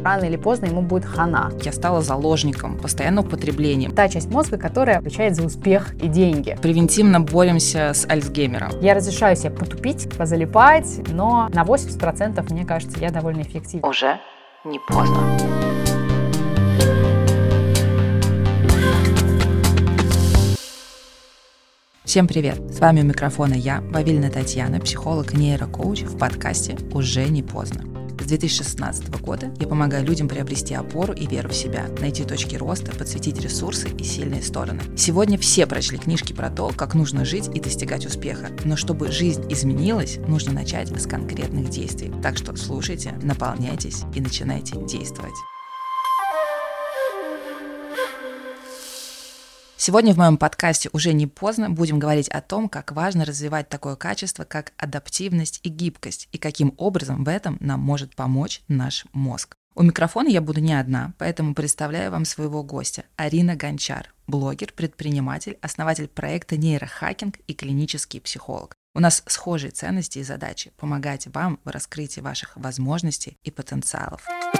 рано или поздно ему будет хана. Я стала заложником постоянного потребления. Та часть мозга, которая отвечает за успех и деньги. Превентивно боремся с Альцгеймером. Я разрешаю себе потупить, позалипать, но на 80%, мне кажется, я довольно эффективна. Уже не поздно. Всем привет! С вами у микрофона я, Вавильна Татьяна, психолог и нейрокоуч в подкасте «Уже не поздно». С 2016 года я помогаю людям приобрести опору и веру в себя, найти точки роста, подсветить ресурсы и сильные стороны. Сегодня все прочли книжки про то, как нужно жить и достигать успеха. Но чтобы жизнь изменилась, нужно начать с конкретных действий. Так что слушайте, наполняйтесь и начинайте действовать. Сегодня в моем подкасте «Уже не поздно» будем говорить о том, как важно развивать такое качество, как адаптивность и гибкость, и каким образом в этом нам может помочь наш мозг. У микрофона я буду не одна, поэтому представляю вам своего гостя – Арина Гончар, блогер, предприниматель, основатель проекта «Нейрохакинг» и клинический психолог. У нас схожие ценности и задачи – помогать вам в раскрытии ваших возможностей и потенциалов.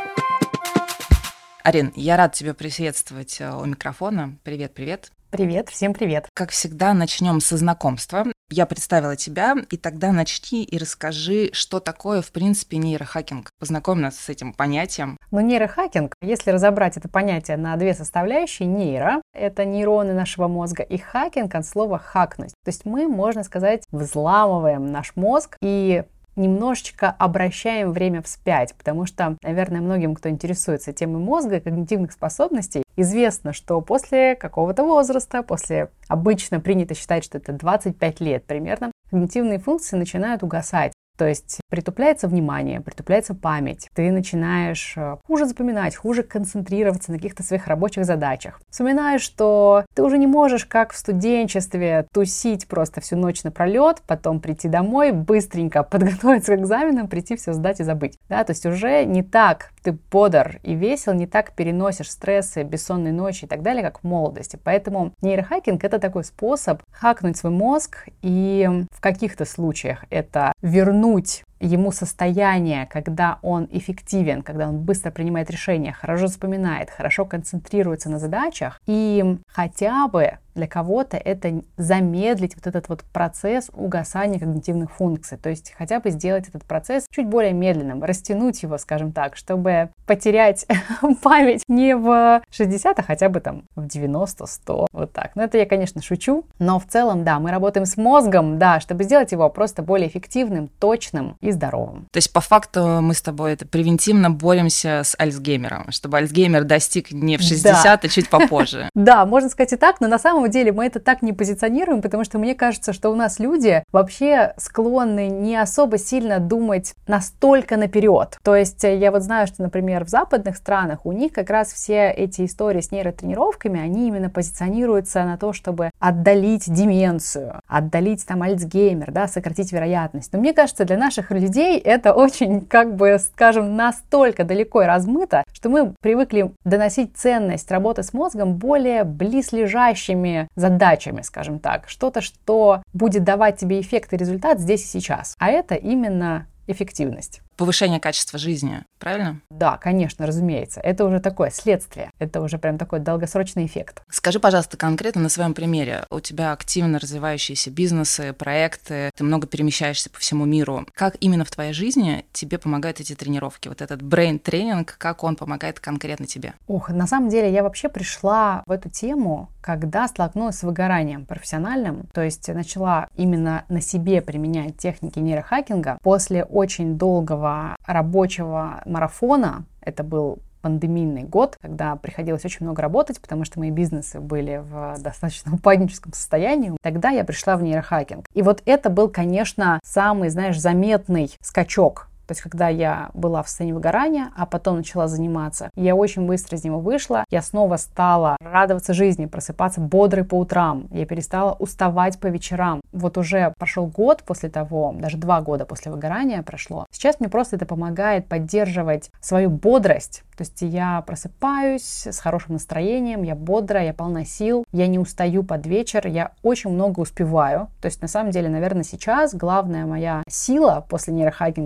Арин, я рад тебя приветствовать у микрофона. Привет-привет. Привет, всем привет. Как всегда, начнем со знакомства. Я представила тебя, и тогда начни и расскажи, что такое, в принципе, нейрохакинг. Познакомь нас с этим понятием. Нейрохакинг, если разобрать это понятие на две составляющие, нейро — это нейроны нашего мозга, и хакинг от слова «хакнуть». То есть мы, можно сказать, взламываем наш мозг и немножечко обращаем время вспять, потому что, наверное, многим, кто интересуется темой мозга и когнитивных способностей, известно, что после какого-то возраста, обычно принято считать, что это 25 лет примерно, когнитивные функции начинают угасать. То есть притупляется внимание, притупляется память, ты начинаешь хуже запоминать, хуже концентрироваться на каких-то своих рабочих задачах. Вспоминаешь, что ты уже не можешь, как в студенчестве, тусить просто всю ночь напролет, потом прийти домой, быстренько подготовиться к экзаменам, прийти все сдать и забыть. Да, то есть уже не так ты бодр и весел, не так переносишь стрессы, бессонные ночи и так далее, как в молодости. Поэтому нейрохакинг — это такой способ хакнуть свой мозг, и в каких-то случаях это вернуть ему состояние, когда он эффективен, когда он быстро принимает решения, хорошо запоминает, хорошо концентрируется на задачах, и хотя бы для кого-то это замедлить вот этот вот процесс угасания когнитивных функций, то есть хотя бы сделать этот процесс чуть более медленным, растянуть его, скажем так, чтобы потерять память не в 60, а хотя бы там в 90, 100, вот так. Но это я, конечно, шучу, но в целом, да, мы работаем с мозгом, да, чтобы сделать его просто более эффективным, точным и здоровым. То есть по факту мы с тобой это превентивно боремся с Альцгеймером, чтобы Альцгеймер достиг не в 60, а чуть попозже. Да, можно сказать и так, но на самом деле мы это так не позиционируем, потому что мне кажется, что у нас люди вообще склонны не особо сильно думать настолько наперед. То есть я вот знаю, что, например, в западных странах у них как раз все эти истории с нейротренировками, они именно позиционируются на то, чтобы отдалить деменцию, отдалить там Альцгеймер, да, сократить вероятность. Но мне кажется, для наших людей это очень, как бы, скажем, настолько далеко и размыто, что мы привыкли доносить ценность работы с мозгом более близлежащими задачами, скажем так. Что-то, что будет давать тебе эффект и результат здесь и сейчас. А это именно эффективность. Повышение качества жизни, правильно? Да, конечно, разумеется. Это уже такое следствие. Это уже прям такой долгосрочный эффект. Скажи, пожалуйста, конкретно на своем примере. У тебя активно развивающиеся бизнесы, проекты, ты много перемещаешься по всему миру. Как именно в твоей жизни тебе помогают эти тренировки? Вот этот брейн-тренинг, как он помогает конкретно тебе? На самом деле я вообще пришла в эту тему, когда столкнулась с выгоранием профессиональным. То есть начала именно на себе применять техники нейрохакинга после очень долгого рабочего марафона. Это был пандемийный год, когда приходилось очень много работать, потому что мои бизнесы были в достаточно упадническом состоянии. Тогда я пришла в нейрохакинг. И вот это был, конечно, самый, заметный скачок. То есть, когда я была в состоянии выгорания, а потом начала заниматься, я очень быстро из него вышла. Я снова стала радоваться жизни, просыпаться бодрой по утрам. Я перестала уставать по вечерам. Вот уже прошел год после того, даже 2 года после выгорания прошло. Сейчас мне просто это помогает поддерживать свою бодрость. То есть я просыпаюсь с хорошим настроением, я бодрая, я полна сил, я не устаю под вечер, я очень много успеваю. То есть на самом деле, наверное, сейчас главная моя сила после нейрохакинга — это именно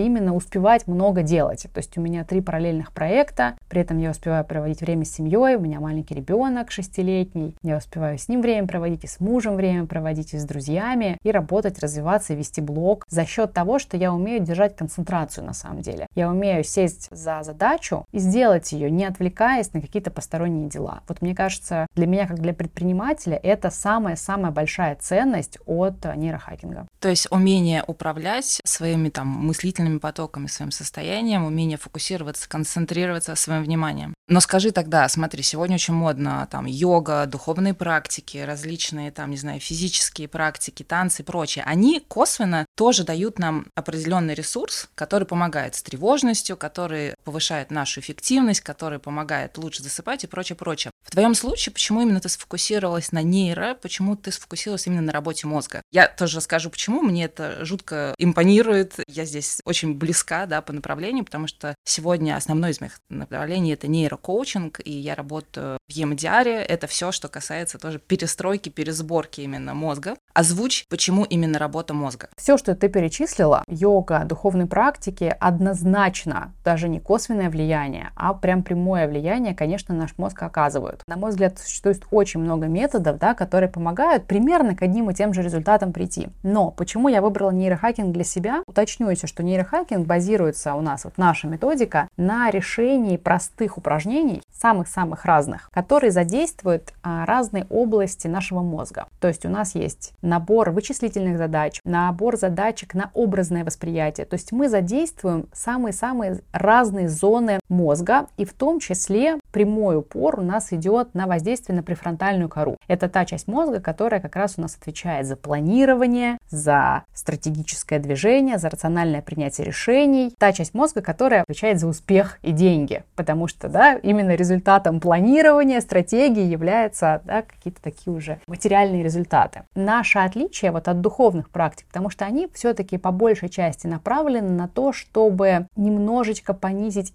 именно успевать много делать. То есть у меня 3 параллельных проекта, при этом я успеваю проводить время с семьей, у меня маленький ребенок 6-летний, я успеваю с ним время проводить, и с мужем время проводить, и с друзьями, и работать, развиваться, вести блог за счет того, что я умею держать концентрацию на самом деле. Я умею сесть за задачу и сделать ее, не отвлекаясь на какие-то посторонние дела. Вот мне кажется, для меня, как для предпринимателя, это самая-самая большая ценность от нейрохакинга. То есть умение управлять своими мыслительными потоками, своим состоянием, умение фокусироваться, концентрироваться своим вниманием. Но скажи тогда, смотри, сегодня очень модно йога, духовные практики, различные физические практики, танцы и прочее. Они косвенно тоже дают нам определенный ресурс, который помогает с тревожностью, который повышает нашу эффективность, который помогает лучше засыпать и прочее. В твоем случае, почему именно ты сфокусировалась на нейро, почему ты сфокусировалась именно на работе мозга? Я тоже расскажу, почему. Мне это жутко импонирует. Я здесь очень близка, по направлению, потому что сегодня основное из моих направлений — это нейрокоучинг, и я работаю в EMDR. Это все, что касается тоже перестройки, пересборки именно мозга. Озвучь, почему именно работа мозга. Все, что ты перечислила, йога, духовные практики, однозначно даже не косвенное влияние, а прям прямое влияние, конечно, наш мозг оказывают. На мой взгляд, существует очень много методов, которые помогают примерно к одним и тем же результатам прийти. Но почему я выбрала нейрохакинг для себя? Уточню еще, что нейрохакинг базируется у нас, наша методика, на решении простых упражнений, самых-самых разных, которые задействуют разные области нашего мозга. То есть у нас есть набор вычислительных задач, набор задачек на образное восприятие. То есть мы задействуем самые-самые разные зоны мозга, и в том числе прямой упор у нас идет на воздействие на префронтальную кору. Это та часть мозга, которая как раз у нас отвечает за планирование, за стратегическое движение, за рациональное принятие решений. Та часть мозга, которая отвечает за успех и деньги. Потому что, именно результатом планирования, стратегии являются, какие-то такие уже материальные результаты. Наше отличие от духовных практик, потому что они все-таки по большей части направлены на то, чтобы немножечко понизить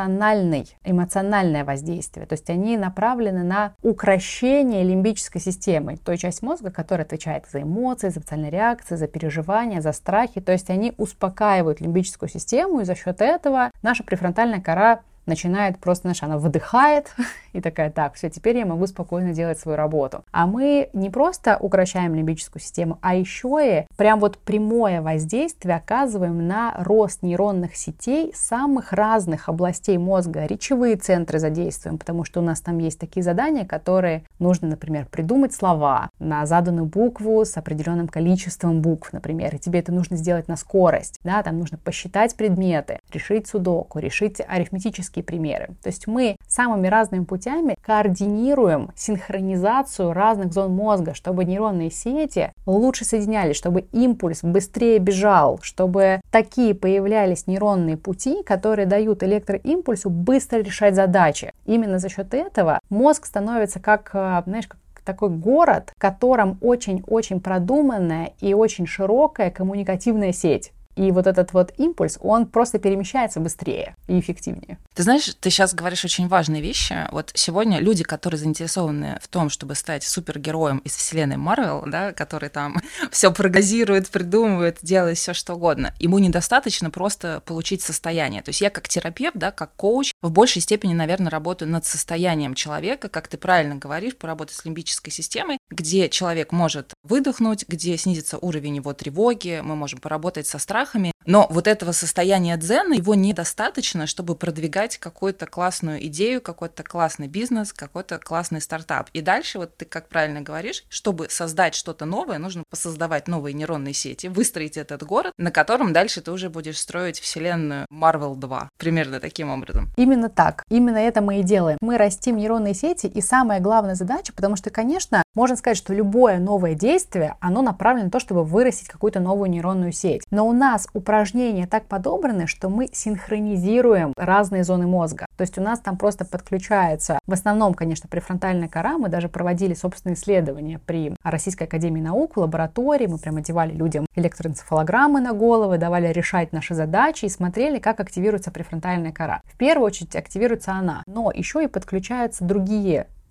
эмоциональное воздействие. То есть они направлены на укрощение лимбической системы, той части мозга, которая отвечает за эмоции, за эмоциональные реакции, за переживания, за страхи. То есть они успокаивают лимбическую систему, и за счет этого наша префронтальная кора начинает просто, она выдыхает и такая: так, все, теперь я могу спокойно делать свою работу. А мы не просто укрощаем лимбическую систему, а еще и прям прямое воздействие оказываем на рост нейронных сетей самых разных областей мозга. Речевые центры задействуем, потому что у нас там есть такие задания, которые нужно, например, придумать слова на заданную букву с определенным количеством букв, например, и тебе это нужно сделать на скорость, там нужно посчитать предметы, решить судоку, решить арифметические примеры. То есть мы самыми разными путями координируем синхронизацию разных зон мозга, чтобы нейронные сети лучше соединялись, чтобы импульс быстрее бежал, чтобы такие появлялись нейронные пути, которые дают электроимпульсу быстро решать задачи. Именно за счет этого мозг становится как такой город, в котором очень-очень продуманная и очень широкая коммуникативная сеть. И этот импульс, он просто перемещается быстрее и эффективнее. Ты знаешь, ты сейчас говоришь очень важные вещи. Сегодня люди, которые заинтересованы в том, чтобы стать супергероем из вселенной Марвел, который там все прогнозирует, придумывает, делает все что угодно, ему недостаточно просто получить состояние. То есть я как терапевт, как коуч, в большей степени, наверное, работаю над состоянием человека, как ты правильно говоришь, поработать с лимбической системой, где человек может выдохнуть, где снизится уровень его тревоги, мы можем поработать со страхом. Но этого состояния дзена, его недостаточно, чтобы продвигать какую-то классную идею, какой-то классный бизнес, какой-то классный стартап. И дальше, ты как правильно говоришь, чтобы создать что-то новое, нужно посоздавать новые нейронные сети, выстроить этот город, на котором дальше ты уже будешь строить вселенную Marvel 2. Примерно таким образом. Именно так. Именно это мы и делаем. Мы растим нейронные сети, и самая главная задача, потому что, конечно, можно сказать, что любое новое действие, оно направлено на то, чтобы вырастить какую-то новую нейронную сеть. Но у нас упражнения так подобраны, что мы синхронизируем разные зоны мозга. То есть у нас там просто подключается, в основном, конечно, префронтальная кора. Мы даже проводили собственные исследования при Российской академии наук в лаборатории. Мы прям одевали людям электроэнцефалограммы на головы, давали решать наши задачи и смотрели, как активируется префронтальная кора. В первую очередь активируется она, но еще и подключаются другие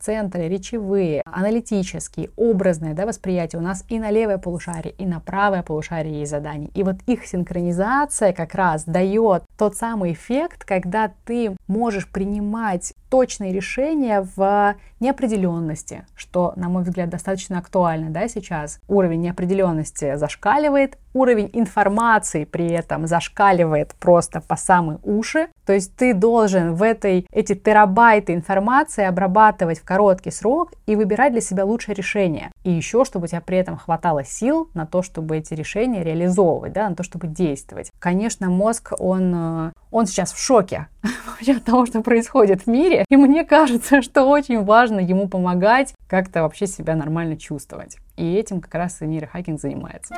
центры речевые, аналитические, образное, да, восприятие у нас и на левое полушарие, и на правое полушарие есть задания. И вот их синхронизация как раз дает тот самый эффект, когда ты можешь принимать точные решения в неопределенности, что, на мой взгляд, достаточно актуально, да, сейчас. Уровень неопределенности зашкаливает, уровень информации при этом зашкаливает просто по самые уши. То есть ты должен эти терабайты информации обрабатывать в короткий срок и выбирать для себя лучшее решение. И еще, чтобы у тебя при этом хватало сил на то, чтобы эти решения реализовывать, да, на то, чтобы действовать. Конечно, мозг, он сейчас в шоке от того, что происходит в мире, и мне кажется, что очень важно ему помогать как-то вообще себя нормально чувствовать. И этим как раз и нейрохакинг занимается.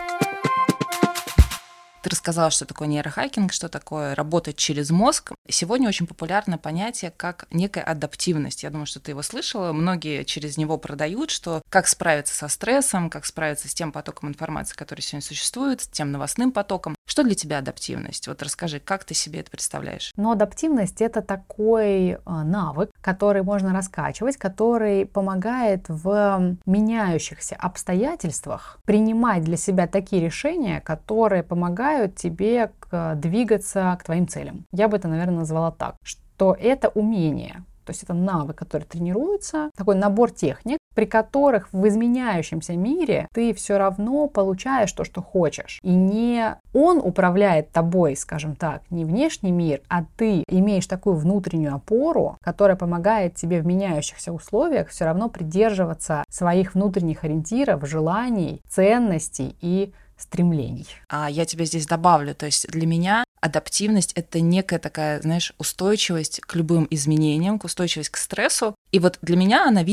Ты рассказала, что такое нейрохакинг, что такое работать через мозг. Сегодня очень популярное понятие как некая адаптивность. Я думаю, что ты его слышала. Многие через него продают, что как справиться со стрессом, как справиться с тем потоком информации, который сегодня существует, с тем новостным потоком. Что для тебя адаптивность? Вот расскажи, как ты себе это представляешь? Но адаптивность — это такой навык, который можно раскачивать, который помогает в меняющихся обстоятельствах принимать для себя такие решения, которые помогают тебе двигаться к твоим целям. Я бы это, наверное, назвала так, что это умение. То есть это навык, который тренируется, такой набор техник, при которых в изменяющемся мире ты все равно получаешь то, что хочешь. И не он управляет тобой, скажем так, не внешний мир, а ты имеешь такую внутреннюю опору, которая помогает тебе в меняющихся условиях все равно придерживаться своих внутренних ориентиров, желаний, ценностей и стремлений. А я тебе здесь добавлю, то есть для меня адаптивность — это некая такая, знаешь, устойчивость к любым изменениям, устойчивость к стрессу. И вот для меня она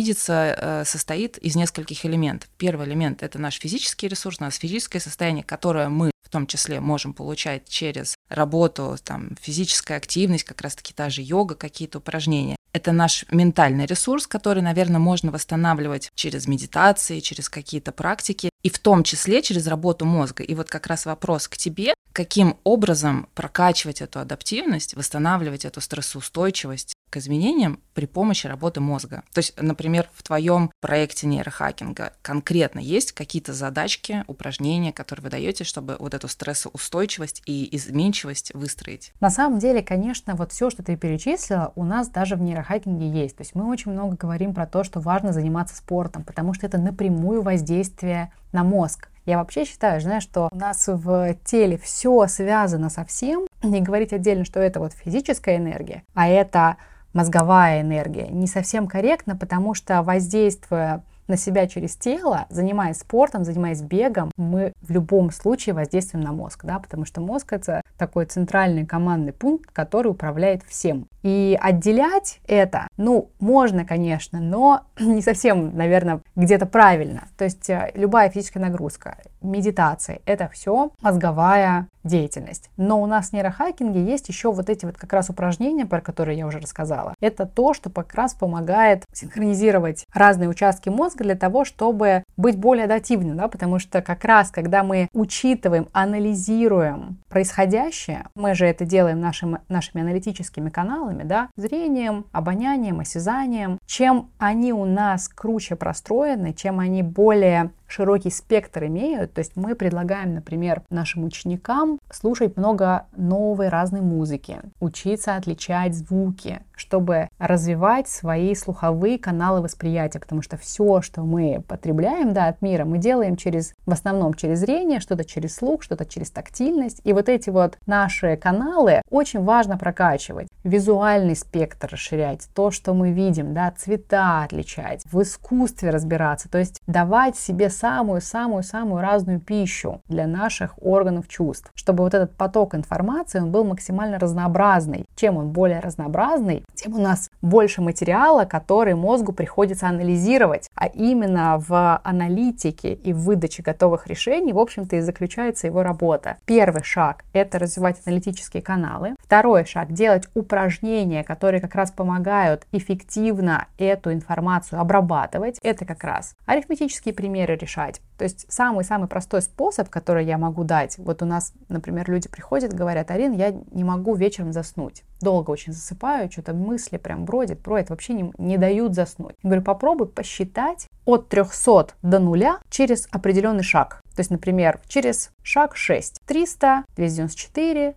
состоит из нескольких элементов. Первый элемент — это наш физический ресурс, наше физическое состояние, которое мы в том числе можем получать через работу, физическая активность, как раз-таки та же йога, какие-то упражнения. Это наш ментальный ресурс, который, наверное, можно восстанавливать через медитации, через какие-то практики, и в том числе через работу мозга. И вот как раз вопрос к тебе, каким образом прокачивать эту адаптивность, восстанавливать эту стрессоустойчивость к изменениям при помощи работы мозга. То есть, например, в твоем проекте нейрохакинга конкретно есть какие-то задачки, упражнения, которые вы даете, чтобы вот эту стрессоустойчивость и изменчивость выстроить? На самом деле, конечно, вот все, что ты перечислила, у нас даже в нейрохакинге есть. То есть мы очень много говорим про то, что важно заниматься спортом, потому что это напрямую воздействие на мозг. Я вообще считаю, знаешь, что у нас в теле все связано со всем. Не говорить отдельно, что это вот физическая энергия, а это мозговая энергия, не совсем корректно, потому что, воздействуя на себя через тело, занимаясь спортом, занимаясь бегом, мы в любом случае воздействуем на мозг, да, потому что мозг — это такой центральный командный пункт, который управляет всем. И отделять это, можно, конечно, но не совсем, наверное, где-то правильно. То есть любая физическая нагрузка, медитация — это все мозговая деятельность. Но у нас в нейрохакинге есть еще вот эти вот как раз упражнения, про которые я уже рассказала. Это то, что как раз помогает синхронизировать разные участки мозга для того, чтобы быть более адаптивным, да, потому что как раз, когда мы учитываем, анализируем происходящее, мы же это делаем нашими аналитическими каналами, да, зрением, обонянием, осязанием, чем они у нас круче простроены, чем они более широкий спектр имеют, то есть мы предлагаем, например, нашим ученикам слушать много новой разной музыки, учиться отличать звуки, чтобы развивать свои слуховые каналы восприятия, потому что все, что мы потребляем, да, от мира, мы делаем в основном через зрение, что-то через слух, что-то через тактильность, и вот эти вот наши каналы очень важно прокачивать, визуальный спектр расширять, то, что мы видим, да, цвета отличать, в искусстве разбираться, то есть давать себе самую-самую-самую разную пищу для наших органов чувств, чтобы вот этот поток информации, он был максимально разнообразный. Чем он более разнообразный, тем у нас больше материала, который мозгу приходится анализировать, а именно в аналитике и в выдаче готовых решений, в общем-то, и заключается его работа. Первый шаг — это развивать аналитические каналы. Второй шаг — делать упражнения, которые как раз помогают эффективно эту информацию обрабатывать. Это как раз арифметические практические примеры решать. То есть самый-самый простой способ, который я могу дать. Вот у нас, например, люди приходят, говорят: Арин, я не могу вечером заснуть. Долго очень засыпаю, что-то мысли прям бродят, вообще не дают заснуть. Я говорю: попробуй посчитать от 300 до 0 через определенный шаг. То есть, например, через шаг 6. 300, 294,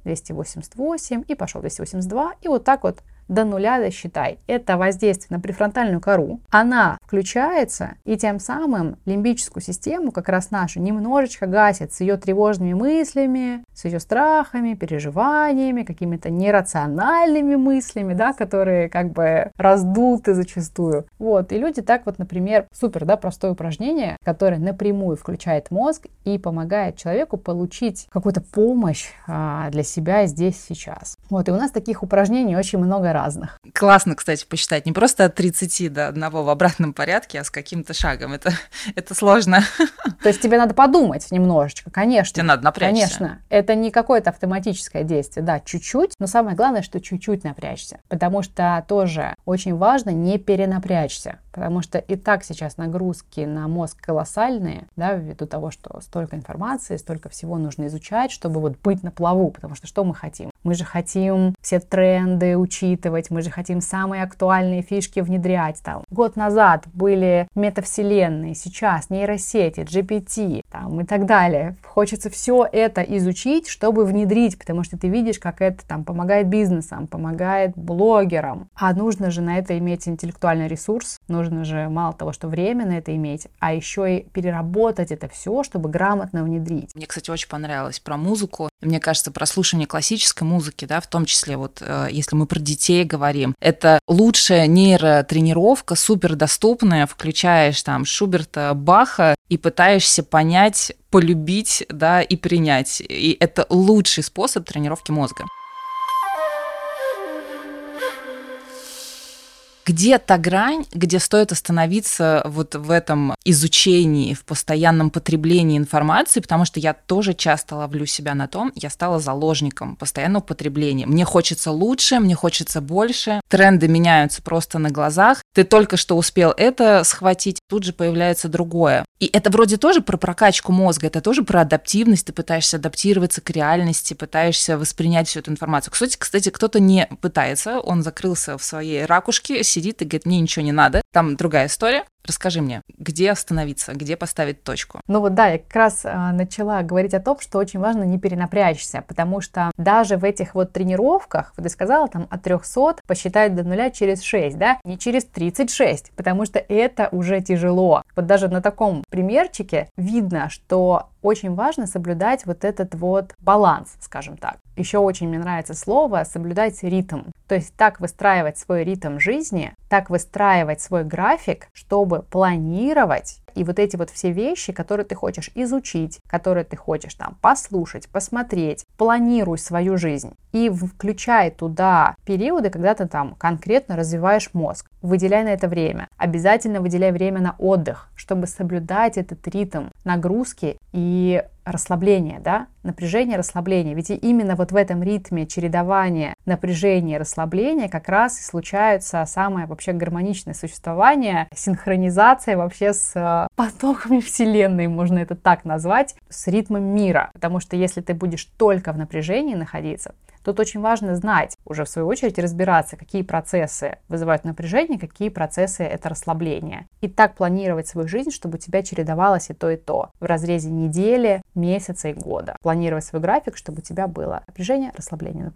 288 и пошел 282. И вот так вот до 0 досчитай. Это воздействие на префронтальную кору. Она включается, и тем самым лимбическую систему, как раз нашу, немножечко гасит с ее тревожными мыслями, с ее страхами, переживаниями, какими-то нерациональными мыслями, да, которые как бы раздуты зачастую. Вот, и люди так вот, например, супер, да, простое упражнение, которое напрямую включает мозг и помогает человеку получить какую-то помощь для себя здесь, сейчас. Вот, и у нас таких упражнений очень много разных. Классно, кстати, посчитать. Не просто от 30 до 1 в обратном порядке, а с каким-то шагом. Это сложно. То есть тебе надо подумать немножечко, конечно. Тебе надо напрячься. Конечно. Это не какое-то автоматическое действие. Да, чуть-чуть, но самое главное, что чуть-чуть напрячься. Потому что тоже очень важно не перенапрячься. Потому что и так сейчас нагрузки на мозг колоссальные, да, ввиду того, что столько информации, столько всего нужно изучать, чтобы вот быть на плаву. Потому что мы хотим? Мы же хотим все тренды учитывать, мы же хотим самые актуальные фишки внедрять. Там, год назад были метавселенные, сейчас нейросети, GPT там, и так далее. Хочется все это изучить, чтобы внедрить, потому что ты видишь, как это там помогает бизнесам, помогает блогерам. А нужно же на это иметь интеллектуальный ресурс, нужно же мало того, что время на это иметь, а еще и переработать это все, чтобы грамотно внедрить. Мне, кстати, очень понравилось про музыку. Мне кажется, прослушивание классической музыки, да, в том числе вот если мы про детей говорим, это лучшая нейротренировка, супер доступная, включаешь там Шуберта, Баха и пытаешься понять, полюбить, да, и принять. И это лучший способ тренировки мозга. Где та грань, где стоит остановиться вот в этом изучении, в постоянном потреблении информации, потому что я тоже часто ловлю себя на том, я стала заложником постоянного потребления. Мне хочется лучше, мне хочется больше, тренды меняются просто на глазах, ты только что успел это схватить, тут же появляется другое. И это вроде тоже про прокачку мозга, это тоже про адаптивность, ты пытаешься адаптироваться к реальности, пытаешься воспринять всю эту информацию. Кстати, кто-то не пытается, он закрылся в своей ракушке, сидит и говорит: мне ничего не надо. Там другая история. Расскажи мне, где остановиться, где поставить точку? Ну вот да, я как раз начала говорить о том, что очень важно не перенапрячься, потому что даже в этих вот тренировках, вот ты сказала, там от 300 посчитать до 0 через 6, да, не через 36, потому что это уже тяжело. Вот даже на таком примерчике видно, что очень важно соблюдать вот этот вот баланс, скажем так. Еще очень мне нравится слово «соблюдать ритм». То есть так выстраивать свой ритм жизни, так выстраивать свой график, чтобы планировать и вот эти вот все вещи, которые ты хочешь изучить, которые ты хочешь там послушать, посмотреть, планируй свою жизнь и включай туда периоды, когда ты там конкретно развиваешь мозг. Выделяй на это время. Обязательно выделяй время на отдых, чтобы соблюдать этот ритм нагрузки и расслабления, да, напряжение, расслабление. Ведь именно вот в этом ритме чередования напряжения и расслабления как раз и случаются самое вообще гармоничное существование, синхронизация вообще с потоками Вселенной, можно это так назвать, с ритмом мира. Потому что если ты будешь только в напряжении находиться, тут очень важно знать, уже в свою очередь разбираться, какие процессы вызывают напряжение, какие процессы это расслабление. И так планировать свою жизнь, чтобы у тебя чередовалось и то в разрезе недели, месяца и года. Планировать свой график, чтобы у тебя было напряжение, расслабление.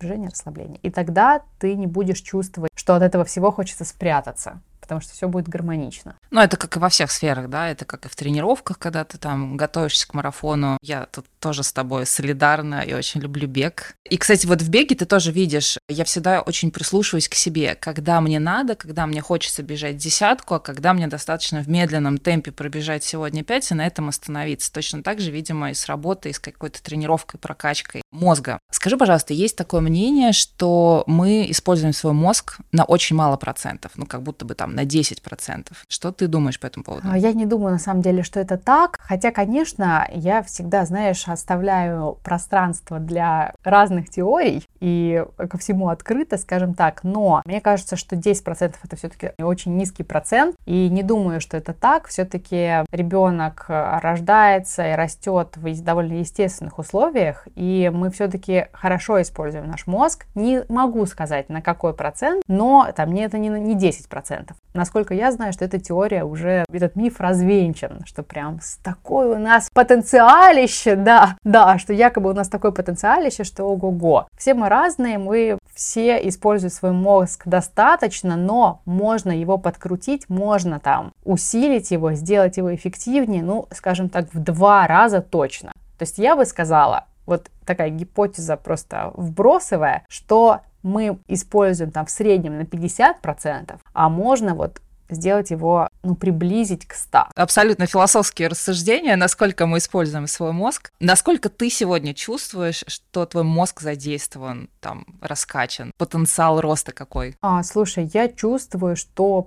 И тогда ты не будешь чувствовать, что от этого всего хочется спрятаться, потому что все будет гармонично. Ну, это как и во всех сферах, да, это как и в тренировках, когда ты там готовишься к марафону. Я тут тоже с тобой солидарна и очень люблю бег. И, кстати, вот в беге ты тоже видишь, я всегда очень прислушиваюсь к себе, когда мне надо, когда мне хочется бежать 10, а когда мне достаточно в медленном темпе пробежать сегодня 5 и на этом остановиться. Точно так же, видимо, и с работой, и с какой-то тренировкой, прокачкой мозга. Скажи, пожалуйста, есть такое мнение, что мы используем свой мозг на очень мало процентов, ну, как будто бы там на 10%. Что ты думаешь по этому поводу? Я не думаю, на самом деле, что это так. Хотя, конечно, я всегда, знаешь, оставляю пространство для разных теорий. и ко всему открыта, скажем так. Но мне кажется, что 10% это все-таки очень низкий процент, и не думаю, что это так. Все-таки ребенок рождается и растет в довольно естественных условиях, и мы все-таки хорошо используем наш мозг. Не могу сказать, на какой процент, но там это не 10%. Насколько я знаю, что эта теория уже, этот миф развенчан, что прям с такой у нас потенциалище, да, что якобы у нас такое потенциалище, что ого-го. Все мы разные, мы все используют свой мозг достаточно, но можно его подкрутить, можно там усилить его, сделать его эффективнее, ну, скажем так, в 2 раза точно. То есть я бы сказала, вот такая гипотеза просто вбросовая, что мы используем там в среднем на 50%, а можно вот сделать его, приблизить к 100. Абсолютно философские рассуждения, насколько мы используем свой мозг. Насколько ты сегодня чувствуешь, что твой мозг задействован, там, раскачан, потенциал роста какой? Слушай, я чувствую, что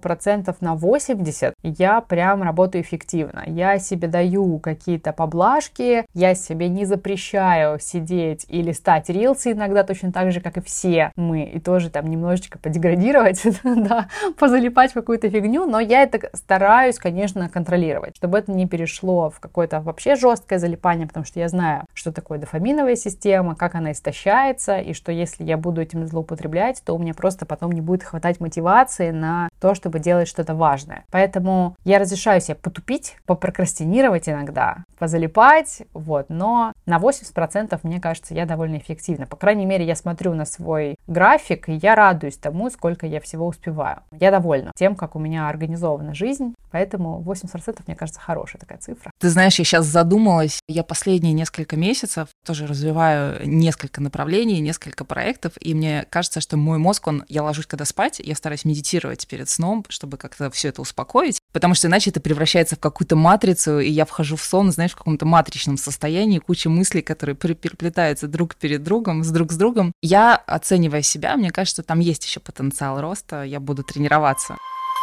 80% я прям работаю эффективно. Я себе даю какие-то поблажки, я себе не запрещаю сидеть и листать рилсы иногда точно так же, как и все мы, и тоже там немножечко подеградировать, да, позалипать в какую-то фигню, но я это стараюсь, конечно, контролировать, чтобы это не перешло в какое-то вообще жесткое залипание, потому что я знаю, что такое дофаминовая система, как она истощается, и что если я буду этим злоупотреблять, то у меня просто потом не будет хватать мотивации на то, чтобы делать что-то важное. Поэтому я разрешаю себе потупить, попрокрастинировать иногда, позалипать, но на 80%, мне кажется, я довольно эффективна. По крайней мере, я смотрю на свой график, и я радуюсь тому, сколько я всего успеваю. Я довольна тем, как у меня организована жизнь, поэтому 80%, мне кажется, хорошая такая цифра. Ты знаешь, я сейчас задумалась, я последние несколько месяцев тоже развиваю несколько направлений, несколько проектов, и мне кажется, что мой мозг, я ложусь когда спать, я стараюсь медитировать перед сном, чтобы как-то все это успокоить, потому что иначе это превращается в какую-то матрицу, и я вхожу в сон, знаешь, в каком-то матричном состоянии, куча мыслей, которые переплетаются друг перед другом, друг с другом. Я, оценивая себя, мне кажется, там есть еще потенциал роста, я буду тренироваться.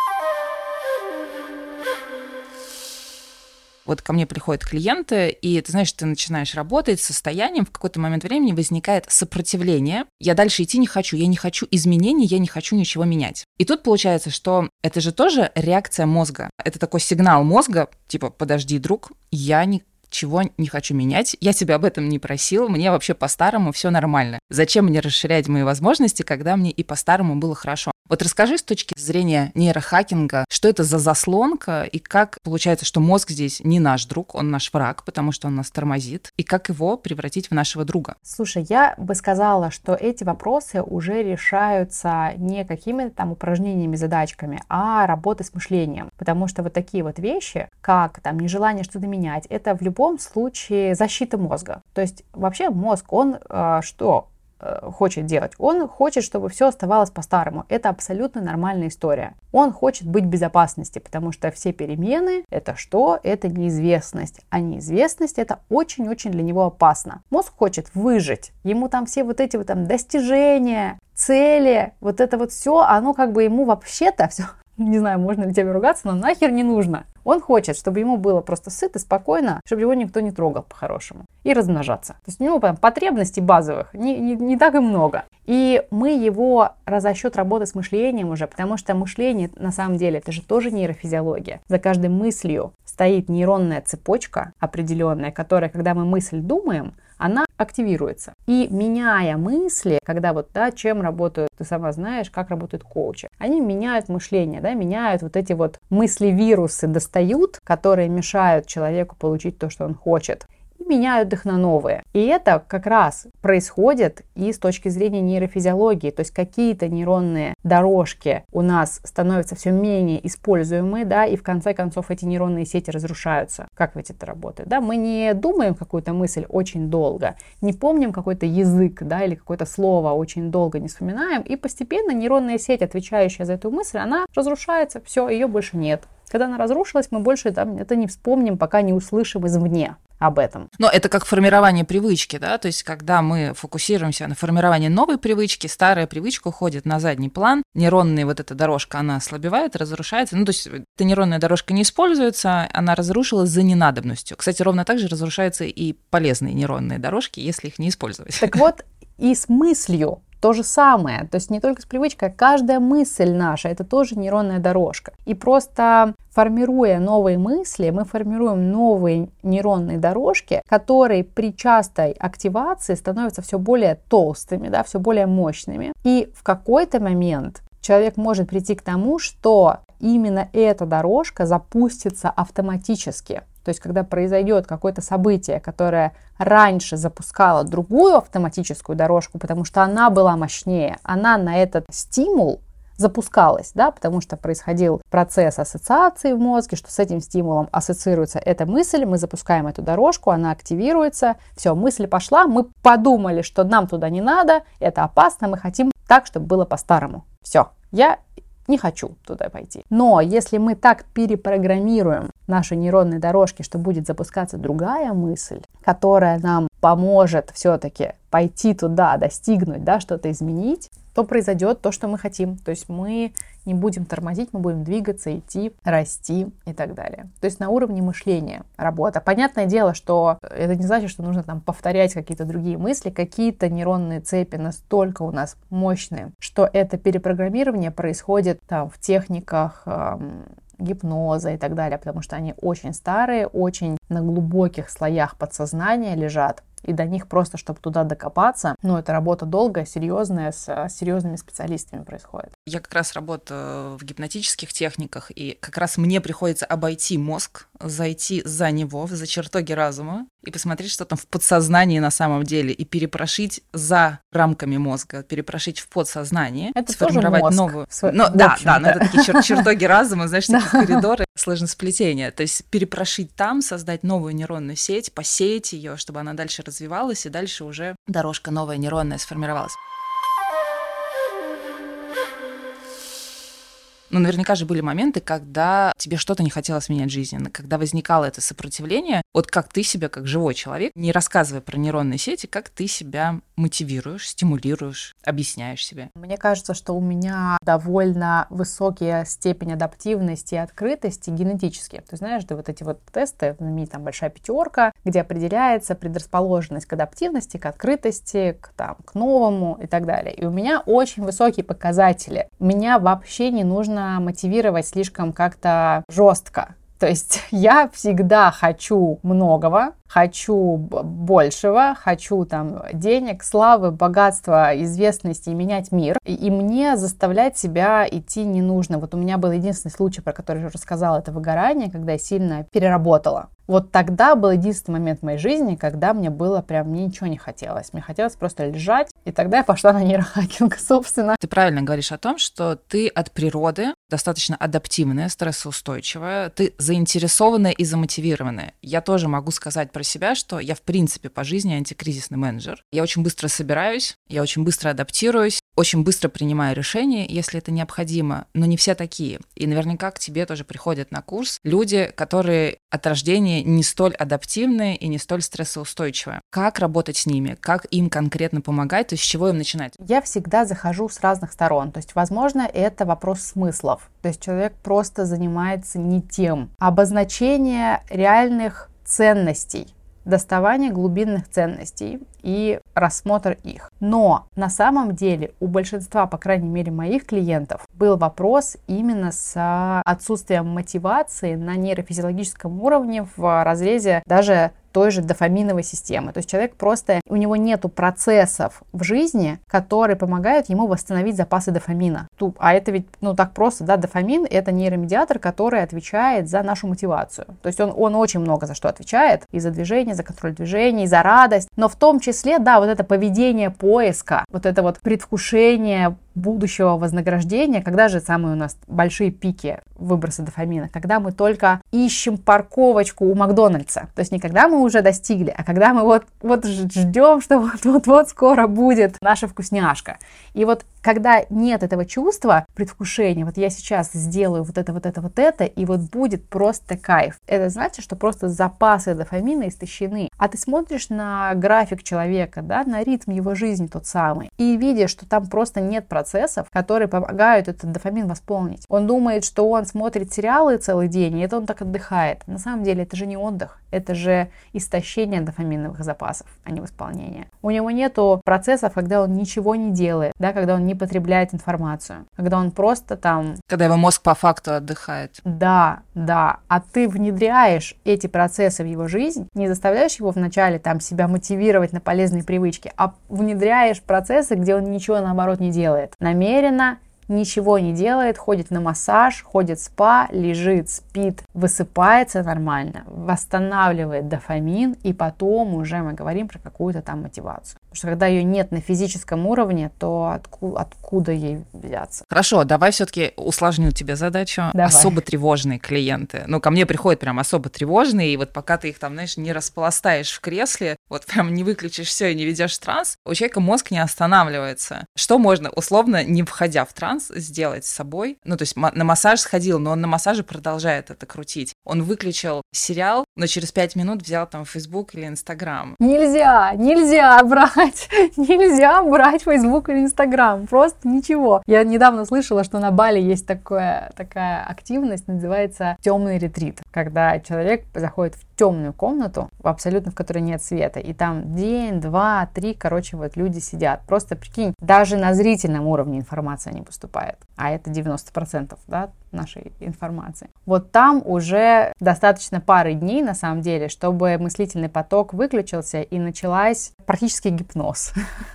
Вот ко мне приходят клиенты, и ты знаешь, ты начинаешь работать с состоянием, в какой-то момент времени возникает сопротивление. Я дальше идти не хочу, я не хочу изменений, я не хочу ничего менять. И тут получается, что это же тоже реакция мозга. Это такой сигнал мозга, типа, подожди, друг, я ничего не хочу менять, я тебя об этом не просил, мне вообще по-старому все нормально. Зачем мне расширять мои возможности, когда мне и по-старому было хорошо? Вот расскажи с точки зрения нейрохакинга, что это за заслонка и как получается, что мозг здесь не наш друг, он наш враг, потому что он нас тормозит, и как его превратить в нашего друга? Слушай, я бы сказала, что эти вопросы уже решаются не какими-то там упражнениями, задачками, а работой с мышлением, потому что вот такие вот вещи, как там нежелание что-то менять, это в любом случае защита мозга. То есть вообще мозг, он что хочет делать? Он хочет, чтобы все оставалось по-старому. Это абсолютно нормальная история. Он хочет быть в безопасности, потому что все перемены — это что? Это неизвестность. А неизвестность — это очень-очень для него опасно. Мозг хочет выжить. Ему там все вот эти вот там достижения, цели, вот это вот все, оно как бы ему вообще-то все, не знаю, можно ли тебе ругаться, но нахер не нужно. Он хочет, чтобы ему было просто сыто, спокойно, чтобы его никто не трогал по-хорошему. И размножаться. То есть у него прям потребностей базовых не так и много. И мы его за счет работы с мышлением уже, потому что мышление на самом деле это же тоже нейрофизиология. За каждой мыслью стоит нейронная цепочка определенная, которая, когда мы мысль думаем, она активируется. И меняя мысли, когда вот, да, чем работают, ты сама знаешь, как работают коучи, они меняют мышление, да, меняют вот эти вот мысли-вирусы, достают, которые мешают человеку получить то, что он хочет, и меняют их на новые. И это как раз происходит и с точки зрения нейрофизиологии, то есть какие-то нейронные дорожки у нас становятся все менее используемые, да, и в конце концов эти нейронные сети разрушаются. Как ведь это работает? Да? Мы не думаем какую-то мысль очень долго, не помним какой-то язык, да, или какое-то слово очень долго не вспоминаем, и постепенно нейронная сеть, отвечающая за эту мысль, она разрушается, все, ее больше нет. Когда она разрушилась, мы больше там это не вспомним, пока не услышим извне об этом. Но это как формирование привычки, да, то есть когда мы фокусируемся на формировании новой привычки, старая привычка уходит на задний план, нейронная вот эта дорожка, она ослабевает, разрушается, то есть эта нейронная дорожка не используется, она разрушилась за ненадобностью. Кстати, ровно так же разрушаются и полезные нейронные дорожки, если их не использовать. Так вот, И с мыслью то же самое. То есть не только с привычкой, а каждая мысль наша – это тоже нейронная дорожка. И просто формируя новые мысли, мы формируем новые нейронные дорожки, которые при частой активации становятся все более толстыми, да, все более мощными. И в какой-то момент человек может прийти к тому, что именно эта дорожка запустится автоматически. То есть, когда произойдет какое-то событие, которое раньше запускало другую автоматическую дорожку, потому что она была мощнее, она на этот стимул запускалась, да, потому что происходил процесс ассоциации в мозге, что с этим стимулом ассоциируется эта мысль, мы запускаем эту дорожку, она активируется, все, мысль пошла, мы подумали, что нам туда не надо, это опасно, мы хотим так, чтобы было по-старому. Все, я не хочу туда пойти. Но если мы так перепрограммируем наши нейронные дорожки, что будет запускаться другая мысль, которая нам поможет все-таки пойти туда, достигнуть, да, что-то изменить, то произойдет то, что мы хотим. То есть мы не будем тормозить, мы будем двигаться, идти, расти и так далее. То есть на уровне мышления работа. Понятное дело, что это не значит, что нужно там повторять какие-то другие мысли, какие-то нейронные цепи настолько у нас мощные, что это перепрограммирование происходит там в техниках гипноза и так далее, потому что они очень старые, очень на глубоких слоях подсознания лежат. И до них просто, чтобы туда докопаться, это работа долгая, серьезная, с серьезными специалистами происходит. Я как раз работаю в гипнотических техниках, и как раз мне приходится обойти мозг, зайти за него, за чертоги разума, и посмотреть, что там в подсознании на самом деле, и перепрошить за рамками мозга, перепрошить в подсознании, это сформировать тоже новую. Но это такие чертоги разума, знаешь, такие коридоры, сложносплетения. То есть перепрошить там, создать новую нейронную сеть, посеять ее, чтобы она дальше развивалась, и дальше уже дорожка новая нейронная сформировалась. Но наверняка же были моменты, когда тебе что-то не хотелось менять в жизни, когда возникало это сопротивление. Вот как ты себя, как живой человек, не рассказывая про нейронные сети, как ты себя мотивируешь, стимулируешь, объясняешь себе? Мне кажется, что у меня довольно высокая степень адаптивности и открытости генетически. Ты знаешь, да, вот эти вот тесты, там большая пятерка, где определяется предрасположенность к адаптивности, к открытости, к новому и так далее. И у меня очень высокие показатели. Меня вообще не нужно мотивировать слишком как-то жестко. То есть я всегда хочу многого, хочу большего, хочу денег, славы, богатства, известности и менять мир. И мне заставлять себя идти не нужно. Вот у меня был единственный случай, про который я уже рассказала, это выгорание, когда я сильно переработала. Вот тогда был единственный момент в моей жизни, когда мне ничего не хотелось. Мне хотелось просто лежать, и тогда я пошла на нейрохакинг, собственно. Ты правильно говоришь о том, что ты от природы достаточно адаптивная, стрессоустойчивая, ты заинтересованная и замотивированная. Я тоже могу сказать про себя, что я, в принципе, по жизни антикризисный менеджер. Я очень быстро собираюсь, я очень быстро адаптируюсь, очень быстро принимаю решения, если это необходимо, но не все такие. И наверняка к тебе тоже приходят на курс люди, которые от рождения не столь адаптивные и не столь стрессоустойчивые. Как работать с ними? Как им конкретно помогать? То есть с чего им начинать? Я всегда захожу с разных сторон. То есть, возможно, это вопрос смыслов. То есть человек просто занимается не тем. Обозначение реальных ценностей, доставание глубинных ценностей и рассмотр их. Но на самом деле у большинства, по крайней мере, моих клиентов был вопрос именно с отсутствием мотивации на нейрофизиологическом уровне в разрезе даже той же дофаминовой системы. То есть человек просто, у него нету процессов в жизни, которые помогают ему восстановить запасы дофамина. А это ведь, так просто, да, дофамин — это нейромедиатор, который отвечает за нашу мотивацию. То есть он очень много за что отвечает. И за движение, за контроль движений, и за радость. Но в том числе, да, вот это поведение поиска, вот это вот предвкушение будущего вознаграждения, когда же самые у нас большие пики выброса дофамина, когда мы только ищем парковочку у Макдональдса. То есть не когда мы уже достигли, а когда мы вот ждем, что вот скоро будет наша вкусняшка. И вот когда нет этого чувства предвкушения, вот я сейчас сделаю вот это, и вот будет просто кайф. Это значит, что просто запасы дофамина истощены. А ты смотришь на график человека, да, на ритм его жизни тот самый, и видишь, что там просто нет процессов, которые помогают этот дофамин восполнить. Он думает, что он смотрит сериалы целый день, и это он так человек отдыхает. На самом деле это же не отдых, это же истощение дофаминовых запасов, а не восполнение. У него нету процессов, когда он ничего не делает, да, когда он не потребляет информацию, когда он просто там... Когда его мозг по факту отдыхает. Да, а ты внедряешь эти процессы в его жизнь, не заставляешь его вначале там себя мотивировать на полезные привычки, а внедряешь процессы, где он ничего наоборот не делает. Намеренно ничего не делает, ходит на массаж, ходит в спа, лежит, спит, высыпается нормально, восстанавливает дофамин, и потом уже мы говорим про какую-то там мотивацию. Потому что когда ее нет на физическом уровне, то откуда ей взяться? Хорошо, давай все-таки усложню тебе задачу. Давай. Особо тревожные клиенты. Ну, ко мне приходят прям особо тревожные, и вот пока ты их там, знаешь, не распластаешь в кресле, вот прям не выключишь все и не ведешь в транс, у человека мозг не останавливается. Что можно, условно, не входя в транс, сделать с собой? Ну, то есть на массаж сходил, но он на массаже продолжает это крутить. Он выключил сериал, но через 5 минут взял там Facebook или Instagram. Нельзя брать Facebook или Instagram, просто ничего. Я недавно слышала, что на Бали есть такая активность, называется темный ретрит, когда человек заходит в темную комнату, абсолютно в которой нет света, и там день, 2, 3, вот люди сидят. Просто прикинь, даже на зрительном уровне информация не поступает, а это 90%, да, нашей информации. Вот там уже достаточно пары дней, на самом деле, чтобы мыслительный поток выключился и началась практически гипноз.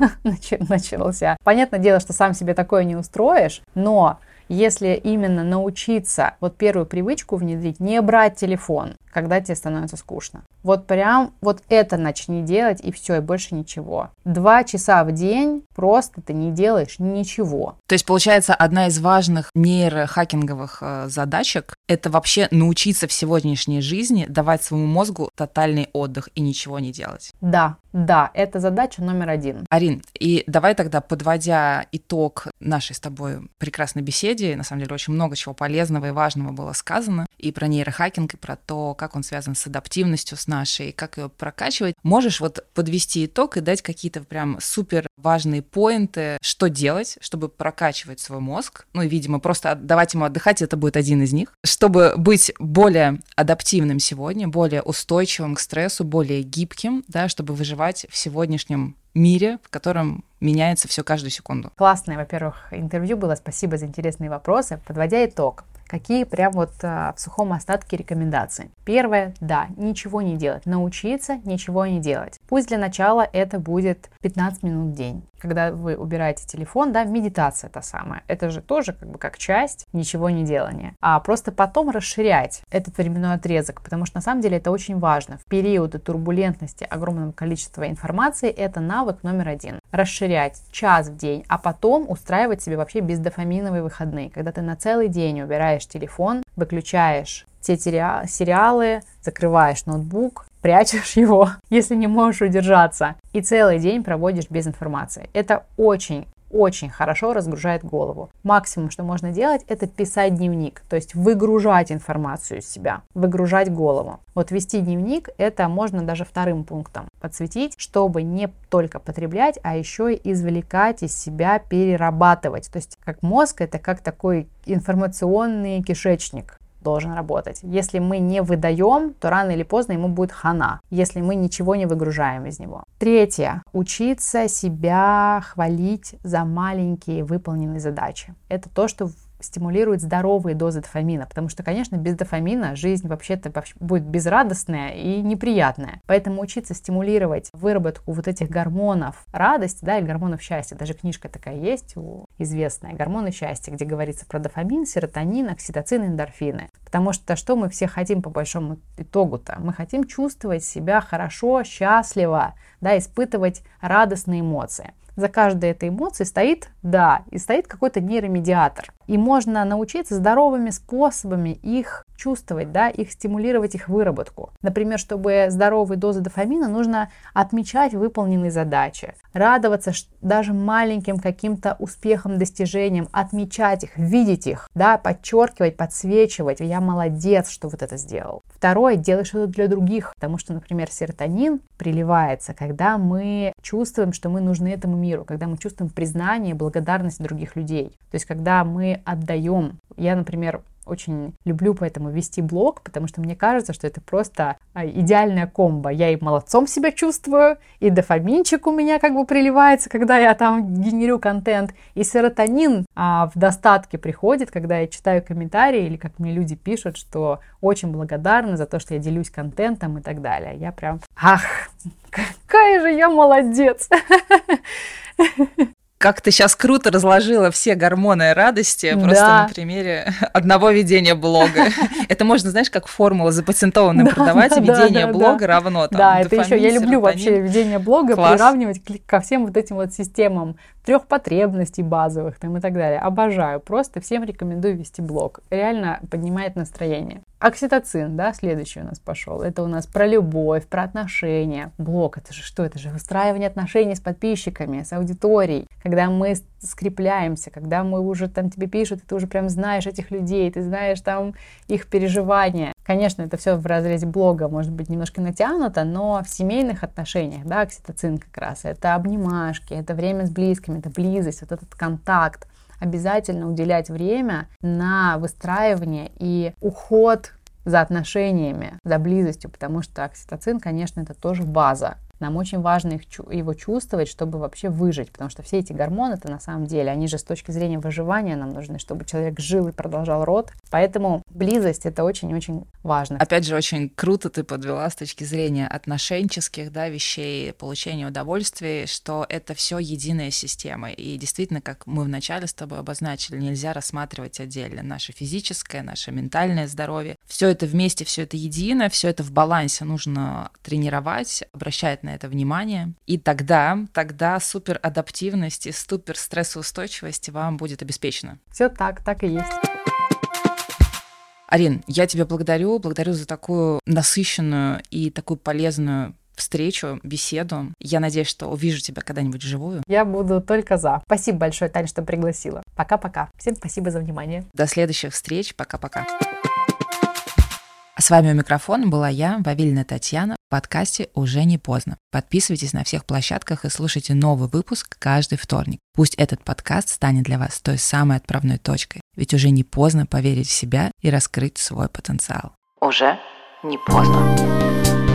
Начался. Понятное дело, что сам себе такое не устроишь, но если именно научиться вот первую привычку внедрить, не брать телефон, когда тебе становится скучно. Вот прям вот это начни делать, и все, и больше ничего. 2 часа в день просто ты не делаешь ничего. То есть, получается, одна из важных нейрохакинговых задачек — это вообще научиться в сегодняшней жизни давать своему мозгу тотальный отдых и ничего не делать. Да, это задача номер 1. Арин, и давай тогда, подводя итог нашей с тобой прекрасной беседе, на самом деле очень много чего полезного и важного было сказано, и про нейрохакинг, и про то, как он связан с адаптивностью, с нашей, как ее прокачивать. Можешь вот подвести итог и дать какие-то прям супер важные поинты, что делать, чтобы прокачивать свой мозг, ну и, видимо, просто давать ему отдыхать, это будет один из них, чтобы быть более адаптивным сегодня, более устойчивым к стрессу, более гибким, да, чтобы выживать в сегодняшнем мире, в котором меняется все каждую секунду. Классное, во-первых, интервью было. Спасибо за интересные вопросы. Подводя итог, какие прям вот в сухом остатке рекомендации? Первое, ничего не делать. Научиться ничего не делать. Пусть для начала это будет 15 минут в день. Когда вы убираете телефон, медитация та самая. Это же тоже как часть ничего не делания. А просто потом расширять этот временной отрезок, потому что на самом деле это очень важно. В периоды турбулентности огромного количества информации это навык номер 1. Расширять час в день, а потом устраивать себе вообще бездофаминовые выходные, когда ты на целый день убираешь телефон, выключаешь все сериалы, закрываешь ноутбук, прячешь его, если не можешь удержаться, и целый день проводишь без информации. Это очень хорошо разгружает голову. Максимум, что можно делать, это писать дневник, то есть выгружать информацию из себя, выгружать голову. Вот вести дневник, это можно даже 2 пунктом подсветить, чтобы не только потреблять, а еще и извлекать из себя, перерабатывать. То есть как мозг, это как такой информационный кишечник должен работать. Если мы не выдаем, то рано или поздно ему будет хана, если мы ничего не выгружаем из него. 3. Учиться себя хвалить за маленькие выполненные задачи. Это то, что стимулирует здоровые дозы дофамина, потому что, конечно, без дофамина жизнь вообще-то будет безрадостная и неприятная. Поэтому учиться стимулировать выработку вот этих гормонов радости, или гормонов счастья. Даже книжка такая есть известная, «Гормоны счастья», где говорится про дофамин, серотонин, окситоцин, эндорфины. Потому что мы все хотим по большому итогу-то? Мы хотим чувствовать себя хорошо, счастливо, испытывать радостные эмоции. За каждой этой эмоцией стоит какой-то нейромедиатор. И можно научиться здоровыми способами их чувствовать, их стимулировать, их выработку. Например, чтобы здоровые дозы дофамина, нужно отмечать выполненные задачи, радоваться даже маленьким каким-то успехам, достижениям, отмечать их, видеть их, подчеркивать, подсвечивать. Я молодец, что вот это сделал. 2. Делай что-то для других, потому что, например, серотонин приливается, когда мы чувствуем, что мы нужны этому миру, когда мы чувствуем признание и благодарность других людей. То есть, когда мы отдаем. Я, например, Очень люблю поэтому вести блог, потому что мне кажется, что это просто идеальная комбо. Я и молодцом себя чувствую, и дофаминчик у меня как бы приливается, когда я там генерю контент, и серотонин в достатке приходит, когда я читаю комментарии или как мне люди пишут, что очень благодарны за то, что я делюсь контентом и так далее. Я прям, какая же я молодец! Как ты сейчас круто разложила все гормоны радости просто на примере одного ведения блога. Это можно, знаешь, как формула запатентованная продавать, ведение блога равно там. Да, это еще я люблю вообще ведение блога приравнивать ко всем вот этим вот системам 3 потребностей базовых там и так далее. Обожаю, просто всем рекомендую вести блог. Реально поднимает настроение. Окситоцин, да, следующий у нас пошел. Это у нас про любовь, про отношения. Блог, это же что? Это же выстраивание отношений с подписчиками, с аудиторией. Когда мы скрепляемся, когда мы уже там тебе пишут, и ты уже прям знаешь этих людей, ты знаешь там их переживания. Конечно, это все в разрезе блога может быть немножко натянуто, но в семейных отношениях, да, окситоцин как раз, это обнимашки, это время с близкими, это близость, вот этот контакт. Обязательно уделять время на выстраивание и уход за отношениями, за близостью, потому что окситоцин, конечно, это тоже база. Нам очень важно его чувствовать, чтобы вообще выжить, потому что все эти гормоны-то на самом деле, они же с точки зрения выживания нам нужны, чтобы человек жил и продолжал род. Поэтому близость — это очень-очень важно. Опять же, очень круто ты подвела с точки зрения отношенческих, да, вещей, получения удовольствия, что это все единая система. И действительно, как мы вначале с тобой обозначили, нельзя рассматривать отдельно наше физическое, наше ментальное здоровье. Все это вместе, все это едино, все это в балансе нужно тренировать, обращать на это внимание. И тогда суперадаптивность и супер стрессоустойчивость вам будет обеспечена. Все так и есть. Арин, я тебя благодарю за такую насыщенную и такую полезную встречу, беседу. Я надеюсь, что увижу тебя когда-нибудь вживую. Я буду только за. Спасибо большое, Тань, что пригласила. Пока-пока. Всем спасибо за внимание. До следующих встреч. Пока-пока. А с вами у микрофона была я, Вавилина Татьяна, в подкасте «Уже не поздно». Подписывайтесь на всех площадках и слушайте новый выпуск каждый вторник. Пусть этот подкаст станет для вас той самой отправной точкой, ведь уже не поздно поверить в себя и раскрыть свой потенциал. Уже не поздно.